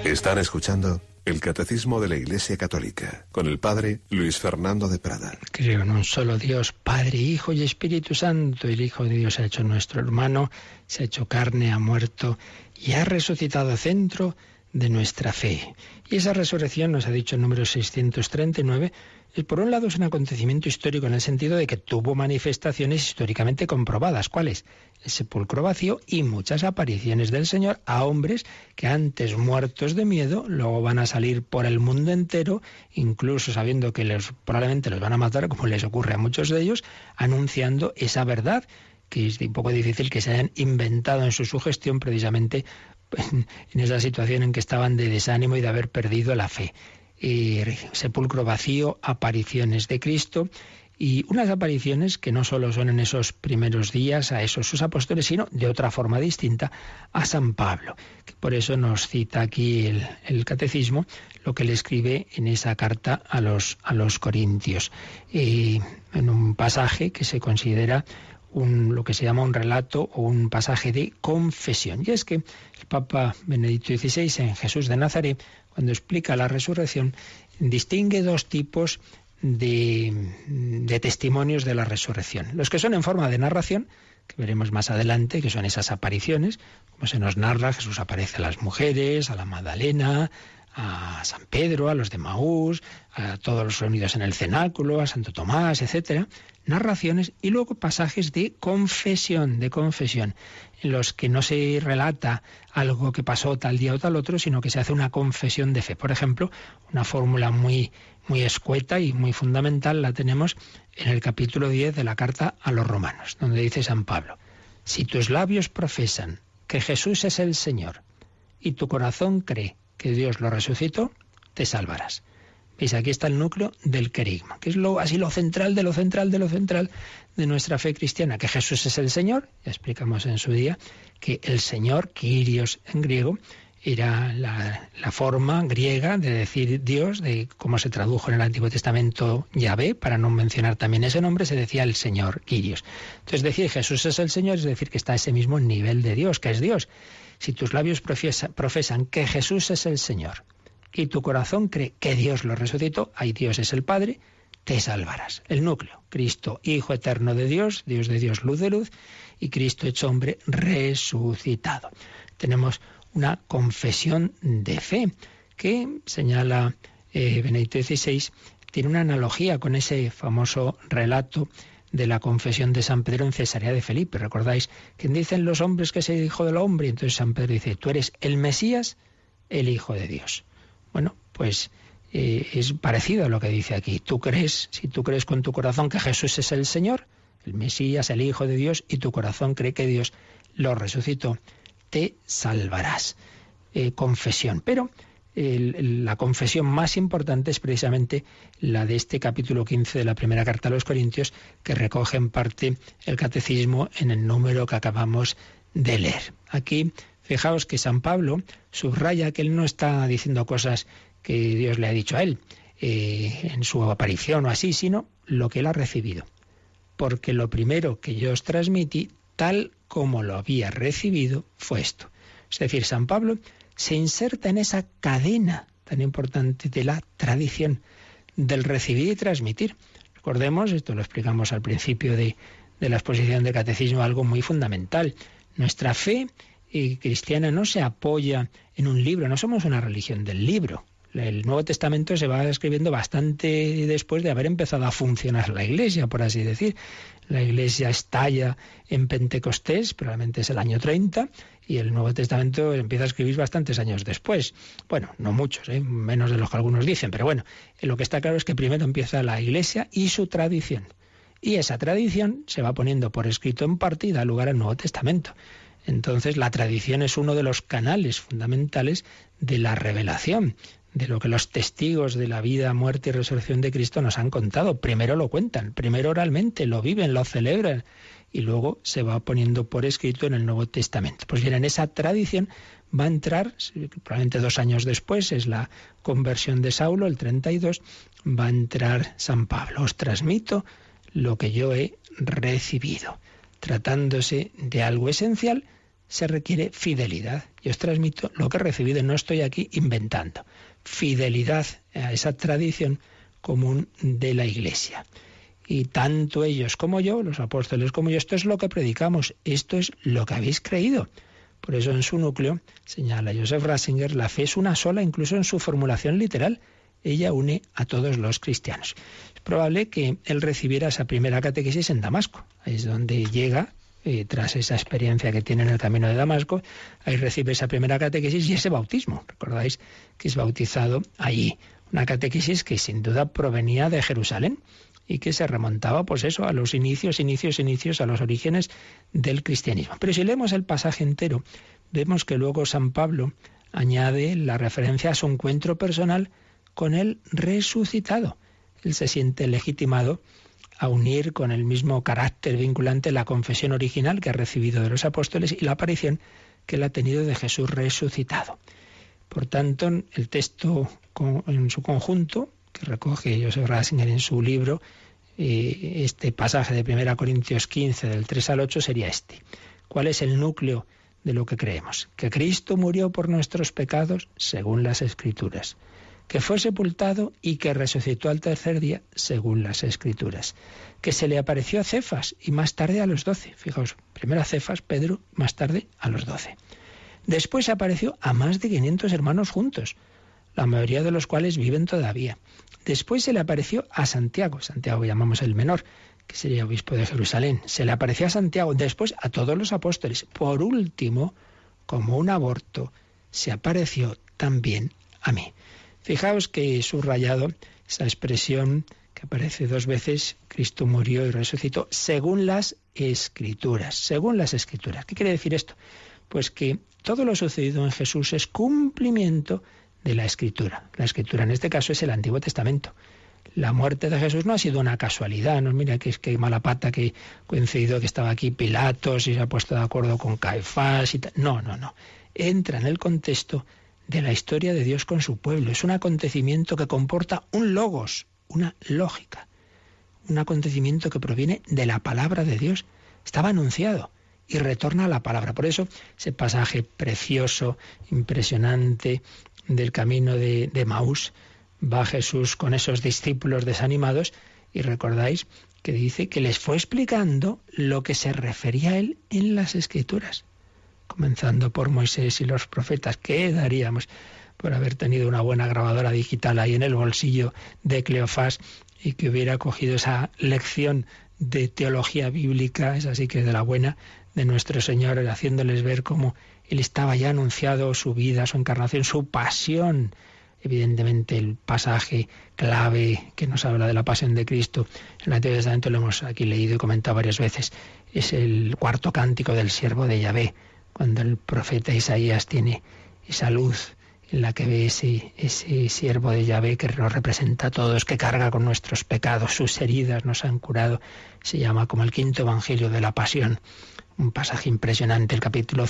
Speaker 4: Están escuchando el Catecismo de la Iglesia Católica con el Padre Luis Fernando de Prada.
Speaker 2: Creo en un solo Dios, Padre, Hijo y Espíritu Santo. El Hijo de Dios se ha hecho nuestro hermano, se ha hecho carne, ha muerto y ha resucitado, centro de nuestra fe. Y esa resurrección, nos ha dicho el número 639, por un lado es un acontecimiento histórico en el sentido de que tuvo manifestaciones históricamente comprobadas. ¿Cuáles? El sepulcro vacío y muchas apariciones del Señor a hombres que antes muertos de miedo, luego van a salir por el mundo entero, incluso sabiendo que probablemente los van a matar, como les ocurre a muchos de ellos, anunciando esa verdad, que es un poco difícil que se hayan inventado en su sugestión precisamente en esa situación en que estaban de desánimo y de haber perdido la fe. Sepulcro vacío, apariciones de Cristo, y unas apariciones que no solo son en esos primeros días a esos sus apóstoles, sino de otra forma distinta a San Pablo, que por eso nos cita aquí el Catecismo lo que le escribe en esa carta a los Corintios, en un pasaje que se considera lo que se llama un relato o un pasaje de confesión. Y es que el Papa Benedicto XVI, en Jesús de Nazaret, cuando explica la resurrección, distingue dos tipos de testimonios de la resurrección. Los que son en forma de narración, que veremos más adelante, que son esas apariciones, como se nos narra, Jesús aparece a las mujeres, a la Magdalena, a San Pedro, a los de Maús, a todos los reunidos en el cenáculo, a Santo Tomás, etcétera. Narraciones y luego pasajes de confesión, en los que no se relata algo que pasó tal día o tal otro, sino que se hace una confesión de fe. Por ejemplo, una fórmula muy escueta y muy fundamental la tenemos en el capítulo 10 de la carta a los Romanos, donde dice San Pablo: si tus labios profesan que Jesús es el Señor y tu corazón cree que Dios lo resucitó, te salvarás. ¿Veis? Aquí está el núcleo del querigma, que es lo central de nuestra fe cristiana, que Jesús es el Señor. Ya explicamos en su día que el Señor, Kyrios en griego, era la forma griega de decir Dios, de cómo se tradujo en el Antiguo Testamento Yahvé, para no mencionar también ese nombre, se decía el Señor, Kyrios. Entonces decir Jesús es el Señor es decir que está a ese mismo nivel de Dios, que es Dios. Si tus labios profesan que Jesús es el Señor y tu corazón cree que Dios lo resucitó, ahí Dios es el Padre, te salvarás. El núcleo: Cristo, Hijo eterno de Dios, Dios de Dios, luz de luz, y Cristo hecho hombre resucitado. Tenemos una confesión de fe que, señala Benedicto XVI, tiene una analogía con ese famoso relato de la confesión de San Pedro en Cesarea de Felipe. ¿Recordáis? ¿Quién dicen los hombres que es el Hijo del Hombre? Y entonces San Pedro dice: tú eres el Mesías, el Hijo de Dios. Bueno, pues es parecido a lo que dice aquí. Si tú crees con tu corazón que Jesús es el Señor, el Mesías, el Hijo de Dios, y tu corazón cree que Dios lo resucitó, te salvarás. Confesión. Pero la confesión más importante es precisamente la de este capítulo 15 de la primera carta a los Corintios, que recoge en parte el Catecismo en el número que acabamos de leer. Aquí, fijaos que San Pablo subraya que él no está diciendo cosas que Dios le ha dicho a él en su aparición o así, sino lo que él ha recibido. Porque lo primero que yo os transmití, tal como lo había recibido, fue esto. Es decir, San Pablo se inserta en esa cadena tan importante de la tradición, del recibir y transmitir. Recordemos, esto lo explicamos al principio de la exposición del Catecismo, algo muy fundamental. Nuestra fe cristiana no se apoya en un libro, no somos una religión del libro. El Nuevo Testamento se va escribiendo bastante después de haber empezado a funcionar la Iglesia, por así decir. La Iglesia estalla en Pentecostés, probablemente es el año 30, y el Nuevo Testamento empieza a escribir bastantes años después. Bueno, no muchos, menos de los que algunos dicen, pero bueno, lo que está claro es que primero empieza la Iglesia y su tradición. Y esa tradición se va poniendo por escrito en parte y da lugar al Nuevo Testamento. Entonces la tradición es uno de los canales fundamentales de la revelación, de lo que los testigos de la vida, muerte y resurrección de Cristo nos han contado. Primero lo cuentan, primero oralmente, lo viven, lo celebran, y luego se va poniendo por escrito en el Nuevo Testamento. Pues bien, en esa tradición va a entrar, probablemente 2 años después, es la conversión de Saulo, el 32, va a entrar San Pablo. Os transmito lo que yo he recibido. Tratándose de algo esencial, se requiere fidelidad. Yo os transmito lo que he recibido, no estoy aquí inventando. Fidelidad a esa tradición común de la Iglesia. Y tanto ellos como yo, los apóstoles como yo, esto es lo que predicamos, esto es lo que habéis creído. Por eso en su núcleo, señala Joseph Ratzinger, la fe es una sola, incluso en su formulación literal. Ella une a todos los cristianos. Es probable que él recibiera esa primera catequesis en Damasco. Ahí es donde llega, tras esa experiencia que tiene en el camino de Damasco, ahí recibe esa primera catequesis y ese bautismo. Recordáis que es bautizado allí. Una catequesis que sin duda provenía de Jerusalén y que se remontaba, pues eso, a los inicios, a los orígenes del cristianismo. Pero si leemos el pasaje entero, vemos que luego San Pablo añade la referencia a su encuentro personal con el resucitado. Él se siente legitimado a unir con el mismo carácter vinculante la confesión original que ha recibido de los apóstoles y la aparición que él ha tenido de Jesús resucitado. Por tanto, el texto en su conjunto, que recoge Joseph Ratzinger en su libro, este pasaje de 1 Corintios 15, del 3 al 8, sería este. ¿Cuál es el núcleo de lo que creemos? Que Cristo murió por nuestros pecados según las Escrituras, que fue sepultado y que resucitó al tercer día según las Escrituras, que se le apareció a Cefas y más tarde a los 12. Fijaos, primero a Cefas, Pedro, más tarde a los 12. Después apareció a más de 500 hermanos juntos, la mayoría de los cuales viven todavía. Después se le apareció a Santiago, Santiago llamamos el menor, que sería obispo de Jerusalén. Se le apareció a Santiago, después a todos los apóstoles. Por último, como un aborto, se apareció también a mí. Fijaos que he subrayado esa expresión que aparece 2 veces, Cristo murió y resucitó, según las Escrituras. Según las Escrituras. ¿Qué quiere decir esto? Pues que todo lo sucedido en Jesús es cumplimiento de la Escritura. La Escritura en este caso es el Antiguo Testamento. La muerte de Jesús no ha sido una casualidad, no mira que es que mala pata que coincidió que estaba aquí Pilatos y se ha puesto de acuerdo con Caifás y tal. No. Entra en el contexto de la historia de Dios con su pueblo. Es un acontecimiento que comporta un logos, una lógica. Un acontecimiento que proviene de la palabra de Dios. Estaba anunciado y retorna a la palabra. Por eso ese pasaje precioso, impresionante del camino de Emaús, va Jesús con esos discípulos desanimados y recordáis que dice que les fue explicando lo que se refería a él en las Escrituras, comenzando por Moisés y los profetas. ¿Qué daríamos por haber tenido una buena grabadora digital ahí en el bolsillo de Cleofás y que hubiera cogido esa lección de teología bíblica, esa sí que es de la buena, de nuestro Señor, haciéndoles ver cómo Él estaba ya anunciado su vida, su encarnación, su pasión. Evidentemente el pasaje clave que nos habla de la pasión de Cristo en el Antiguo Testamento, lo hemos aquí leído y comentado varias veces, es el 4.º cántico del siervo de Yahvé, cuando el profeta Isaías tiene esa luz en la que ve ese siervo de Yahvé que nos representa a todos, que carga con nuestros pecados, sus heridas nos han curado. Se llama como el 5.º Evangelio de la Pasión. Un pasaje impresionante, el capítulo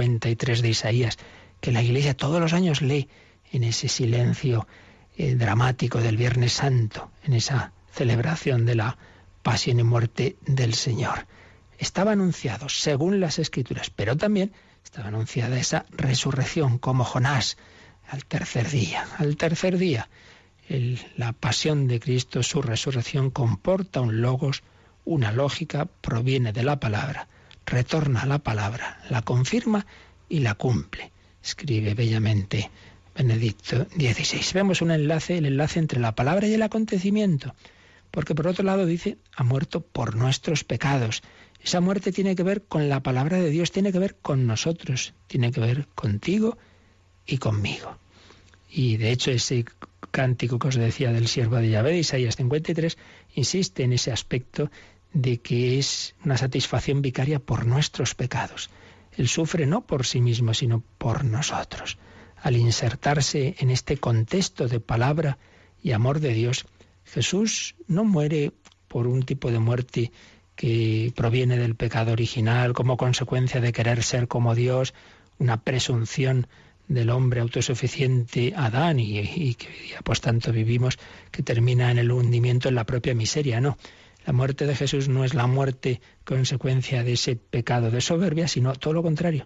Speaker 2: 53 de Isaías, que la Iglesia todos los años lee en ese silencio dramático del Viernes Santo, en esa celebración de la pasión y muerte del Señor. Estaba anunciado según las Escrituras, pero también estaba anunciada esa resurrección, como Jonás, al tercer día. Al tercer día, la pasión de Cristo, su resurrección, comporta un logos, una lógica, proviene de la palabra, retorna a la palabra, la confirma y la cumple. Escribe bellamente Benedicto XVI. Vemos el enlace entre la palabra y el acontecimiento, porque por otro lado dice, ha muerto por nuestros pecados. Esa muerte tiene que ver con la palabra de Dios, tiene que ver con nosotros, tiene que ver contigo y conmigo. Y de hecho ese cántico que os decía del siervo de Yahvé, de Isaías 53, insiste en ese aspecto de que es una satisfacción vicaria por nuestros pecados. Él sufre no por sí mismo, sino por nosotros. Al insertarse en este contexto de palabra y amor de Dios, Jesús no muere por un tipo de muerte que proviene del pecado original, como consecuencia de querer ser como Dios, una presunción del hombre autosuficiente Adán y que hoy día pues tanto vivimos, que termina en el hundimiento, en la propia miseria. No, la muerte de Jesús no es la muerte consecuencia de ese pecado de soberbia, sino todo lo contrario.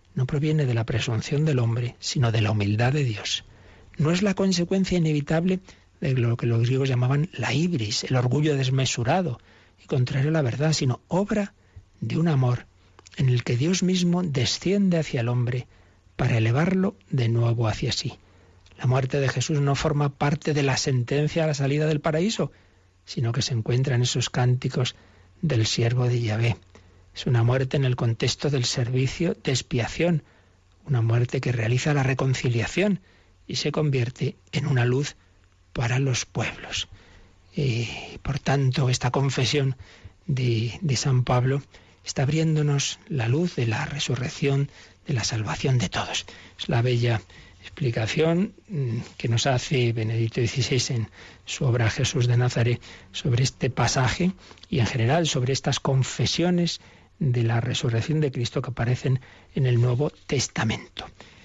Speaker 2: no proviene de la presunción del hombre, sino de la humildad de Dios. No es la consecuencia inevitable de lo que los griegos llamaban la ibris, el orgullo desmesurado y contrario a la verdad, sino obra de un amor en el que Dios mismo desciende hacia el hombre para elevarlo de nuevo hacia sí. La muerte de Jesús no forma parte de la sentencia a la salida del paraíso, sino que se encuentra en esos cánticos del siervo de Yahvé. Es una muerte en el contexto del servicio de expiación, una muerte que realiza la reconciliación y se convierte en una luz para los pueblos. Y por tanto, esta confesión de San Pablo está abriéndonos la luz de la resurrección, de la salvación de todos. Es la bella explicación que nos hace Benedicto XVI en su obra Jesús de Nazaret sobre este pasaje y en general sobre estas confesiones de la resurrección de Cristo que aparecen en el Nuevo Testamento.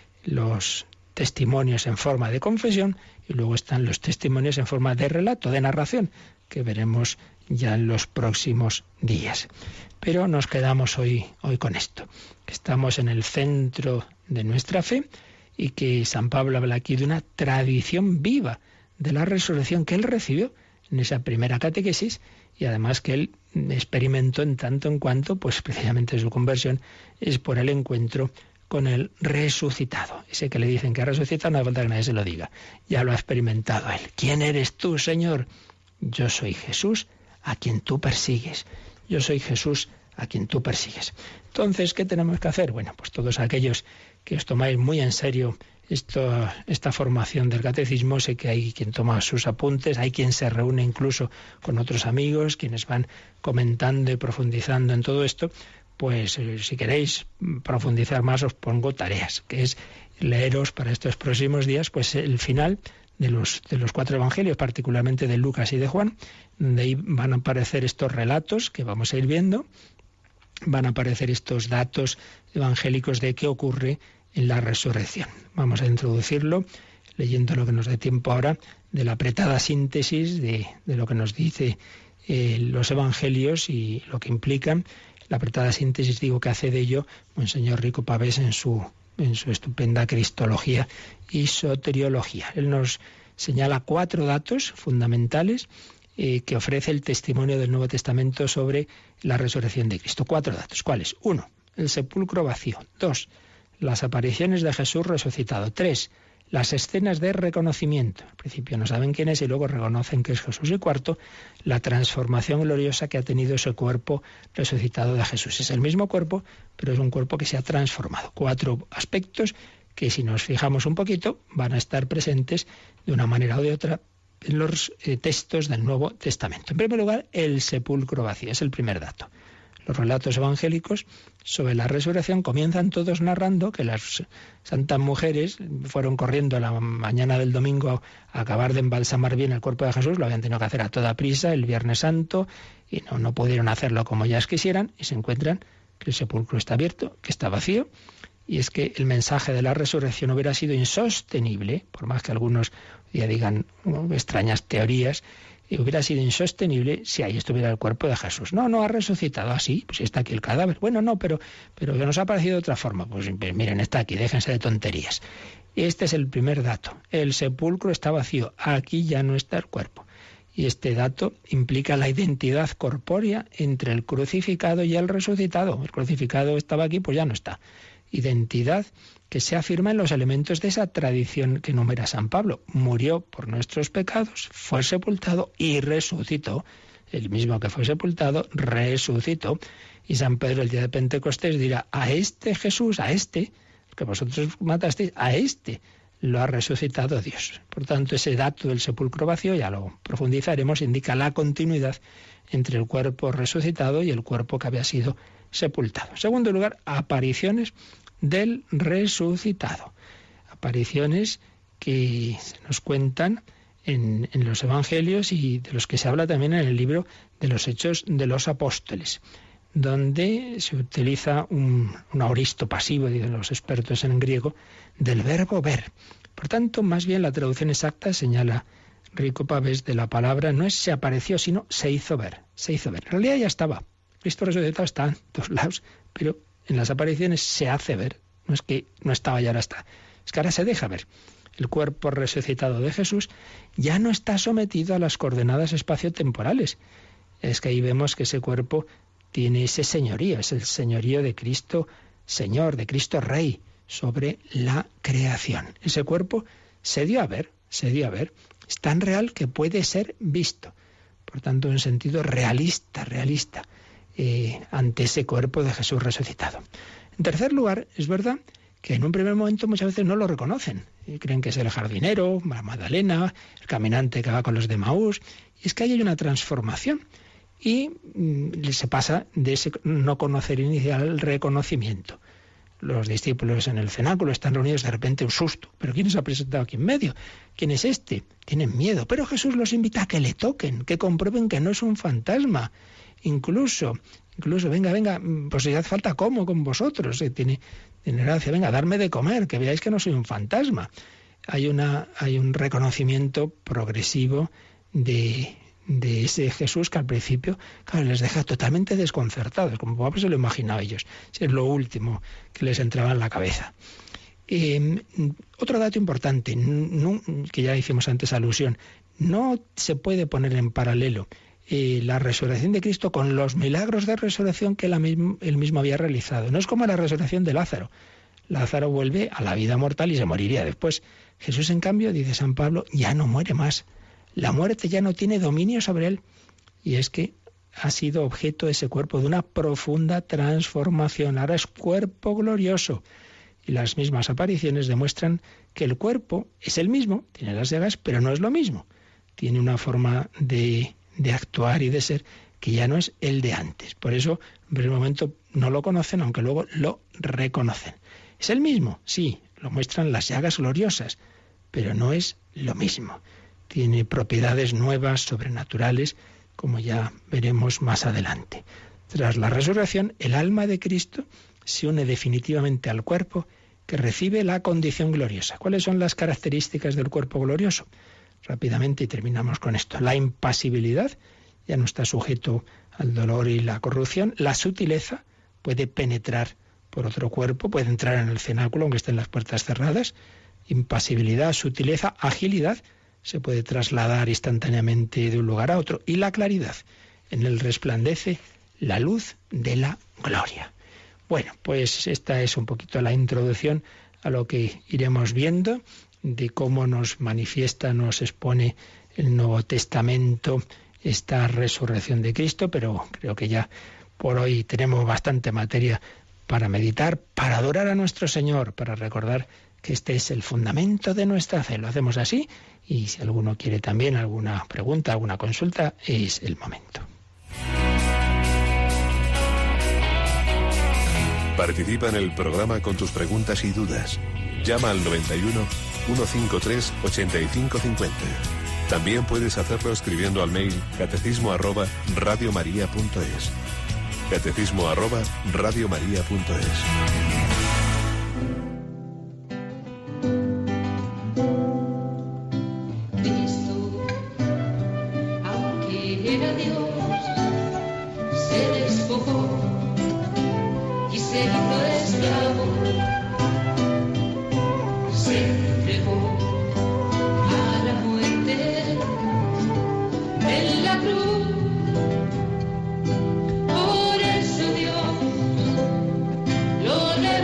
Speaker 2: Los testimonios en forma de confesión y luego están los testimonios en forma de relato, de narración, que veremos ya en los próximos días. Pero nos quedamos hoy con esto, que estamos en el centro de nuestra fe y que San Pablo habla aquí de una tradición viva de la resurrección que él recibió en esa primera catequesis y además que él experimentó en tanto en cuanto, pues precisamente su conversión es por el encuentro con el resucitado. Ese que le dicen que ha resucitado, no hace falta que nadie se lo diga. Ya lo ha experimentado él. ¿Quién eres tú, Señor? Yo soy Jesús, a quien tú persigues. Yo soy Jesús, a quien tú persigues. Entonces, ¿qué tenemos que hacer? Bueno, pues todos aquellos que os tomáis muy en serio esta formación del catecismo, sé que hay quien toma sus apuntes, hay quien se reúne incluso con otros amigos, quienes van comentando y profundizando en todo esto. Pues si queréis profundizar más os pongo tareas, que es leeros para estos próximos días pues el final de los 4 evangelios, particularmente de Lucas y de Juan, donde ahí van a aparecer estos relatos que vamos a ir viendo, van a aparecer estos datos evangélicos de qué ocurre en la resurrección. Vamos a introducirlo leyendo lo que nos dé tiempo ahora de la apretada síntesis de lo que nos dice los evangelios y lo que implican. La apretada síntesis, digo, que hace de ello Monseñor Rico Pavés en su estupenda Cristología y Soteriología. Él nos señala 4 datos fundamentales que ofrece el testimonio del Nuevo Testamento sobre la resurrección de Cristo. 4 datos. ¿Cuáles? 1. El sepulcro vacío. 2. Las apariciones de Jesús resucitado. 3. Las escenas de reconocimiento. Al principio no saben quién es y luego reconocen que es Jesús. Y 4, la transformación gloriosa que ha tenido ese cuerpo resucitado de Jesús. Es el mismo cuerpo, pero es un cuerpo que se ha transformado. 4 aspectos que, si nos fijamos un poquito, van a estar presentes de una manera o de otra en los textos del Nuevo Testamento. En primer lugar, el sepulcro vacío. Es el primer dato. Los relatos evangélicos sobre la resurrección comienzan todos narrando que las santas mujeres fueron corriendo la mañana del domingo a acabar de embalsamar bien el cuerpo de Jesús, lo habían tenido que hacer a toda prisa el Viernes Santo y no pudieron hacerlo como ellas quisieran y se encuentran que el sepulcro está abierto, que está vacío. Y es que el mensaje de la resurrección hubiera sido insostenible, por más que algunos ya digan extrañas teorías, hubiera sido insostenible si ahí estuviera el cuerpo de Jesús. No ha resucitado así, pues está aquí el cadáver. Bueno, no, pero que nos ha aparecido de otra forma. Pues miren, está aquí, déjense de tonterías. Este es el primer dato. El sepulcro está vacío, aquí ya no está el cuerpo. Y este dato implica la identidad corpórea entre el crucificado y el resucitado. El crucificado estaba aquí, pues ya no está. Identidad que se afirma en los elementos de esa tradición que enumera San Pablo. Murió por nuestros pecados, fue sepultado y resucitó. El mismo que fue sepultado, resucitó. Y San Pedro el día de Pentecostés dirá, a este Jesús, a este, que vosotros matasteis, a este lo ha resucitado Dios. Por tanto, ese dato del sepulcro vacío, ya lo profundizaremos, indica la continuidad entre el cuerpo resucitado y el cuerpo que había sido sepultado. En segundo lugar, apariciones del resucitado. Apariciones que se nos cuentan en los evangelios y de los que se habla también en el libro de los Hechos de los Apóstoles, donde se utiliza un aoristo pasivo, dicen los expertos en griego, del verbo ver. Por tanto, más bien la traducción exacta, señala Rico Pavés, de la palabra no es se apareció, sino se hizo ver. Se hizo ver. En realidad ya estaba. Cristo resucitado está en todos lados, pero en las apariciones se hace ver. No es que no estaba y ahora está. Es que ahora se deja ver. El cuerpo resucitado de Jesús ya no está sometido a las coordenadas espaciotemporales. Es que ahí vemos que ese cuerpo tiene ese señorío, es el señorío de Cristo Señor, de Cristo Rey, sobre la creación. Ese cuerpo se dio a ver. Es tan real que puede ser visto. Por tanto, en un sentido realista, ante ese cuerpo de Jesús resucitado. En tercer lugar, es verdad que en un primer momento muchas veces no lo reconocen. Y creen que es el jardinero, la Magdalena, el caminante que va con los de Emaús. Y es que ahí hay una transformación. Y se pasa de ese no conocer inicial al reconocimiento. Los discípulos en el cenáculo están reunidos, de repente un susto. ¿Pero quién se ha presentado aquí en medio? ¿Quién es este? Tienen miedo. Pero Jesús los invita a que le toquen, que comprueben que no es un fantasma. Incluso, venga, pues si hace falta como con vosotros. Tiene gracia, venga, darme de comer, que veáis que no soy un fantasma. Hay un reconocimiento progresivo de ese Jesús que al principio, claro, les deja totalmente desconcertados, como papá se lo imaginaba ellos. Es lo último que les entraba en la cabeza. Otro dato importante, que ya hicimos antes alusión, no se puede poner en paralelo la resurrección de Cristo con los milagros de resurrección que él mismo había realizado. No es como la resurrección de Lázaro. Lázaro vuelve a la vida mortal y se moriría después. Jesús, en cambio, dice San Pablo, ya no muere más. La muerte ya no tiene dominio sobre él. Y es que ha sido objeto ese cuerpo de una profunda transformación. Ahora es cuerpo glorioso. Y las mismas apariciones demuestran que el cuerpo es el mismo, tiene las llagas, pero no es lo mismo. Tiene una forma de actuar y de ser que ya no es el de antes. Por eso, en primer momento, no lo conocen, aunque luego lo reconocen. ¿Es el mismo? Sí, lo muestran las llagas gloriosas, pero no es lo mismo. Tiene propiedades nuevas, sobrenaturales, como ya veremos más adelante. Tras la resurrección, el alma de Cristo se une definitivamente al cuerpo que recibe la condición gloriosa. ¿Cuáles son las características del cuerpo glorioso? Rápidamente, y terminamos con esto. La impasibilidad, ya no está sujeto al dolor y la corrupción. La sutileza, puede penetrar por otro cuerpo, puede entrar en el cenáculo aunque estén las puertas cerradas. Impasibilidad, sutileza, agilidad, se puede trasladar instantáneamente de un lugar a otro. Y la claridad, en él resplandece la luz de la gloria. Bueno, pues esta es un poquito la introducción a lo que iremos viendo, de cómo nos manifiesta, nos expone el Nuevo Testamento esta resurrección de Cristo, pero creo que ya por hoy tenemos bastante materia para meditar, para adorar a nuestro Señor, para recordar que este es el fundamento de nuestra fe. Lo hacemos así, y si alguno quiere también alguna pregunta, alguna consulta, es el momento.
Speaker 4: Participa en el programa con tus preguntas y dudas. Llama al 91 153 8550. También puedes hacerlo escribiendo al mail catecismo@radiomaria.es. catecismo@radiomaria.es.
Speaker 5: Por eso Dios lo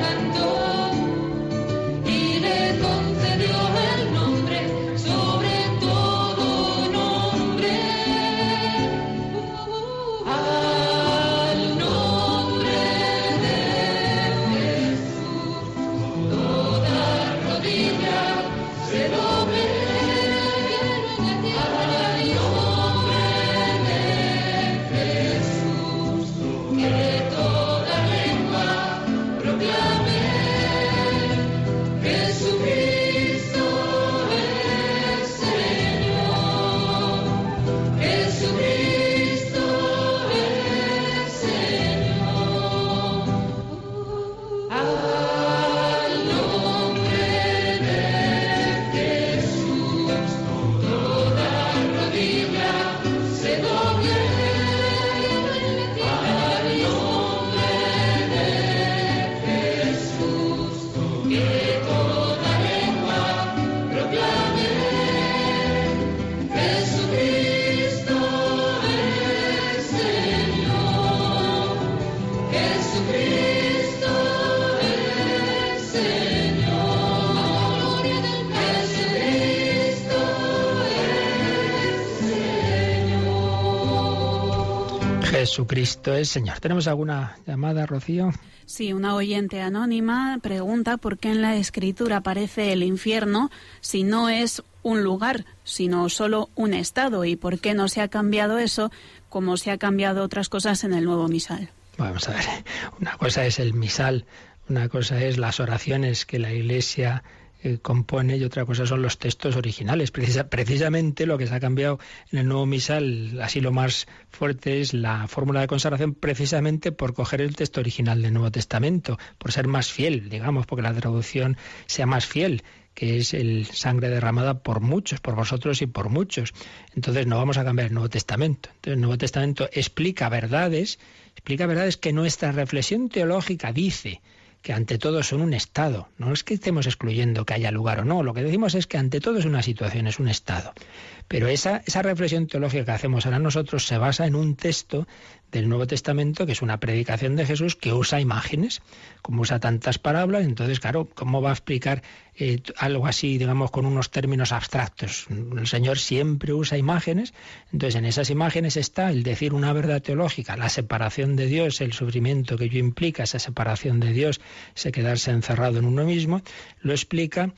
Speaker 2: Jesucristo es Señor. ¿Tenemos alguna llamada, Rocío?
Speaker 3: Sí, una oyente anónima pregunta por qué en la Escritura aparece el infierno si no es un lugar, sino solo un estado, y por qué no se ha cambiado eso como se ha cambiado otras cosas en el nuevo misal.
Speaker 2: Vamos a ver, una cosa es el misal, una cosa es las oraciones que la Iglesia compone y otra cosa son los textos originales. Precisamente lo que se ha cambiado en el nuevo misal, así lo más fuerte, es la fórmula de consagración, precisamente por coger el texto original del Nuevo Testamento, por ser más fiel, digamos, porque la traducción sea más fiel, que es el sangre derramada por muchos, por vosotros y por muchos. Entonces no vamos a cambiar el Nuevo Testamento. Entonces el Nuevo Testamento explica verdades que nuestra reflexión teológica dice que ante todo son un estado. No es que estemos excluyendo que haya lugar o no, lo que decimos es que ante todo es una situación, es un estado. Pero esa reflexión teológica que hacemos ahora nosotros se basa en un texto del Nuevo Testamento, que es una predicación de Jesús que usa imágenes, como usa tantas parábolas. Entonces, claro, ¿cómo va a explicar algo así, digamos, con unos términos abstractos? El Señor siempre usa imágenes, entonces en esas imágenes está el decir una verdad teológica, la separación de Dios, el sufrimiento que ello implica, esa separación de Dios, ese quedarse encerrado en uno mismo, lo explica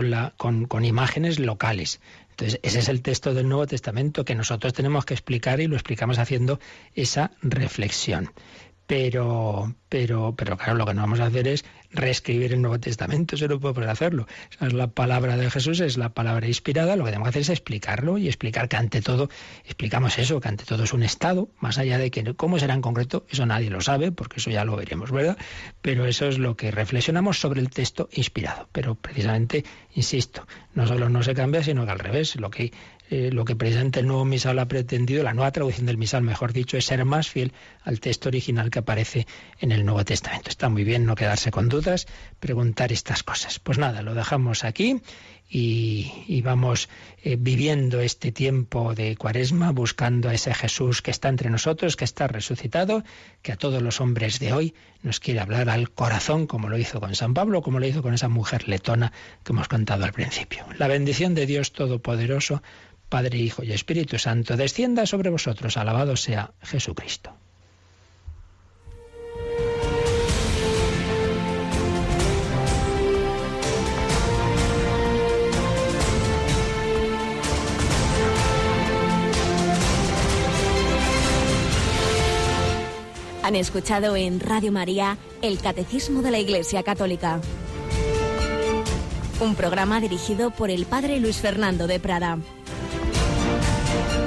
Speaker 2: con imágenes locales. Entonces, ese es el texto del Nuevo Testamento que nosotros tenemos que explicar y lo explicamos haciendo esa reflexión. Pero claro, lo que no vamos a hacer es reescribir el Nuevo Testamento, eso no podemos hacerlo. Esa es la palabra de Jesús, es la palabra inspirada, lo que tenemos que hacer es explicarlo y explicar que ante todo, explicamos eso, que ante todo es un estado, más allá de que cómo será en concreto, eso nadie lo sabe, porque eso ya lo veremos, ¿verdad? Pero eso es lo que reflexionamos sobre el texto inspirado. Pero precisamente, insisto, no solo no se cambia, sino que al revés, lo que precisamente el nuevo misal ha pretendido, la nueva traducción del misal, mejor dicho, es ser más fiel al texto original que aparece en el Nuevo Testamento. Está muy bien no quedarse con dudas, preguntar estas cosas. Pues nada, lo dejamos aquí y vamos viviendo este tiempo de Cuaresma, buscando a ese Jesús que está entre nosotros, que está resucitado, que a todos los hombres de hoy nos quiere hablar al corazón, como lo hizo con San Pablo, como lo hizo con esa mujer letona que hemos contado al principio. La bendición de Dios Todopoderoso, Padre, Hijo y Espíritu Santo, descienda sobre vosotros. Alabado sea Jesucristo.
Speaker 1: Han escuchado en Radio María el Catecismo de la Iglesia Católica, un programa dirigido por el Padre Luis Fernando de Prada.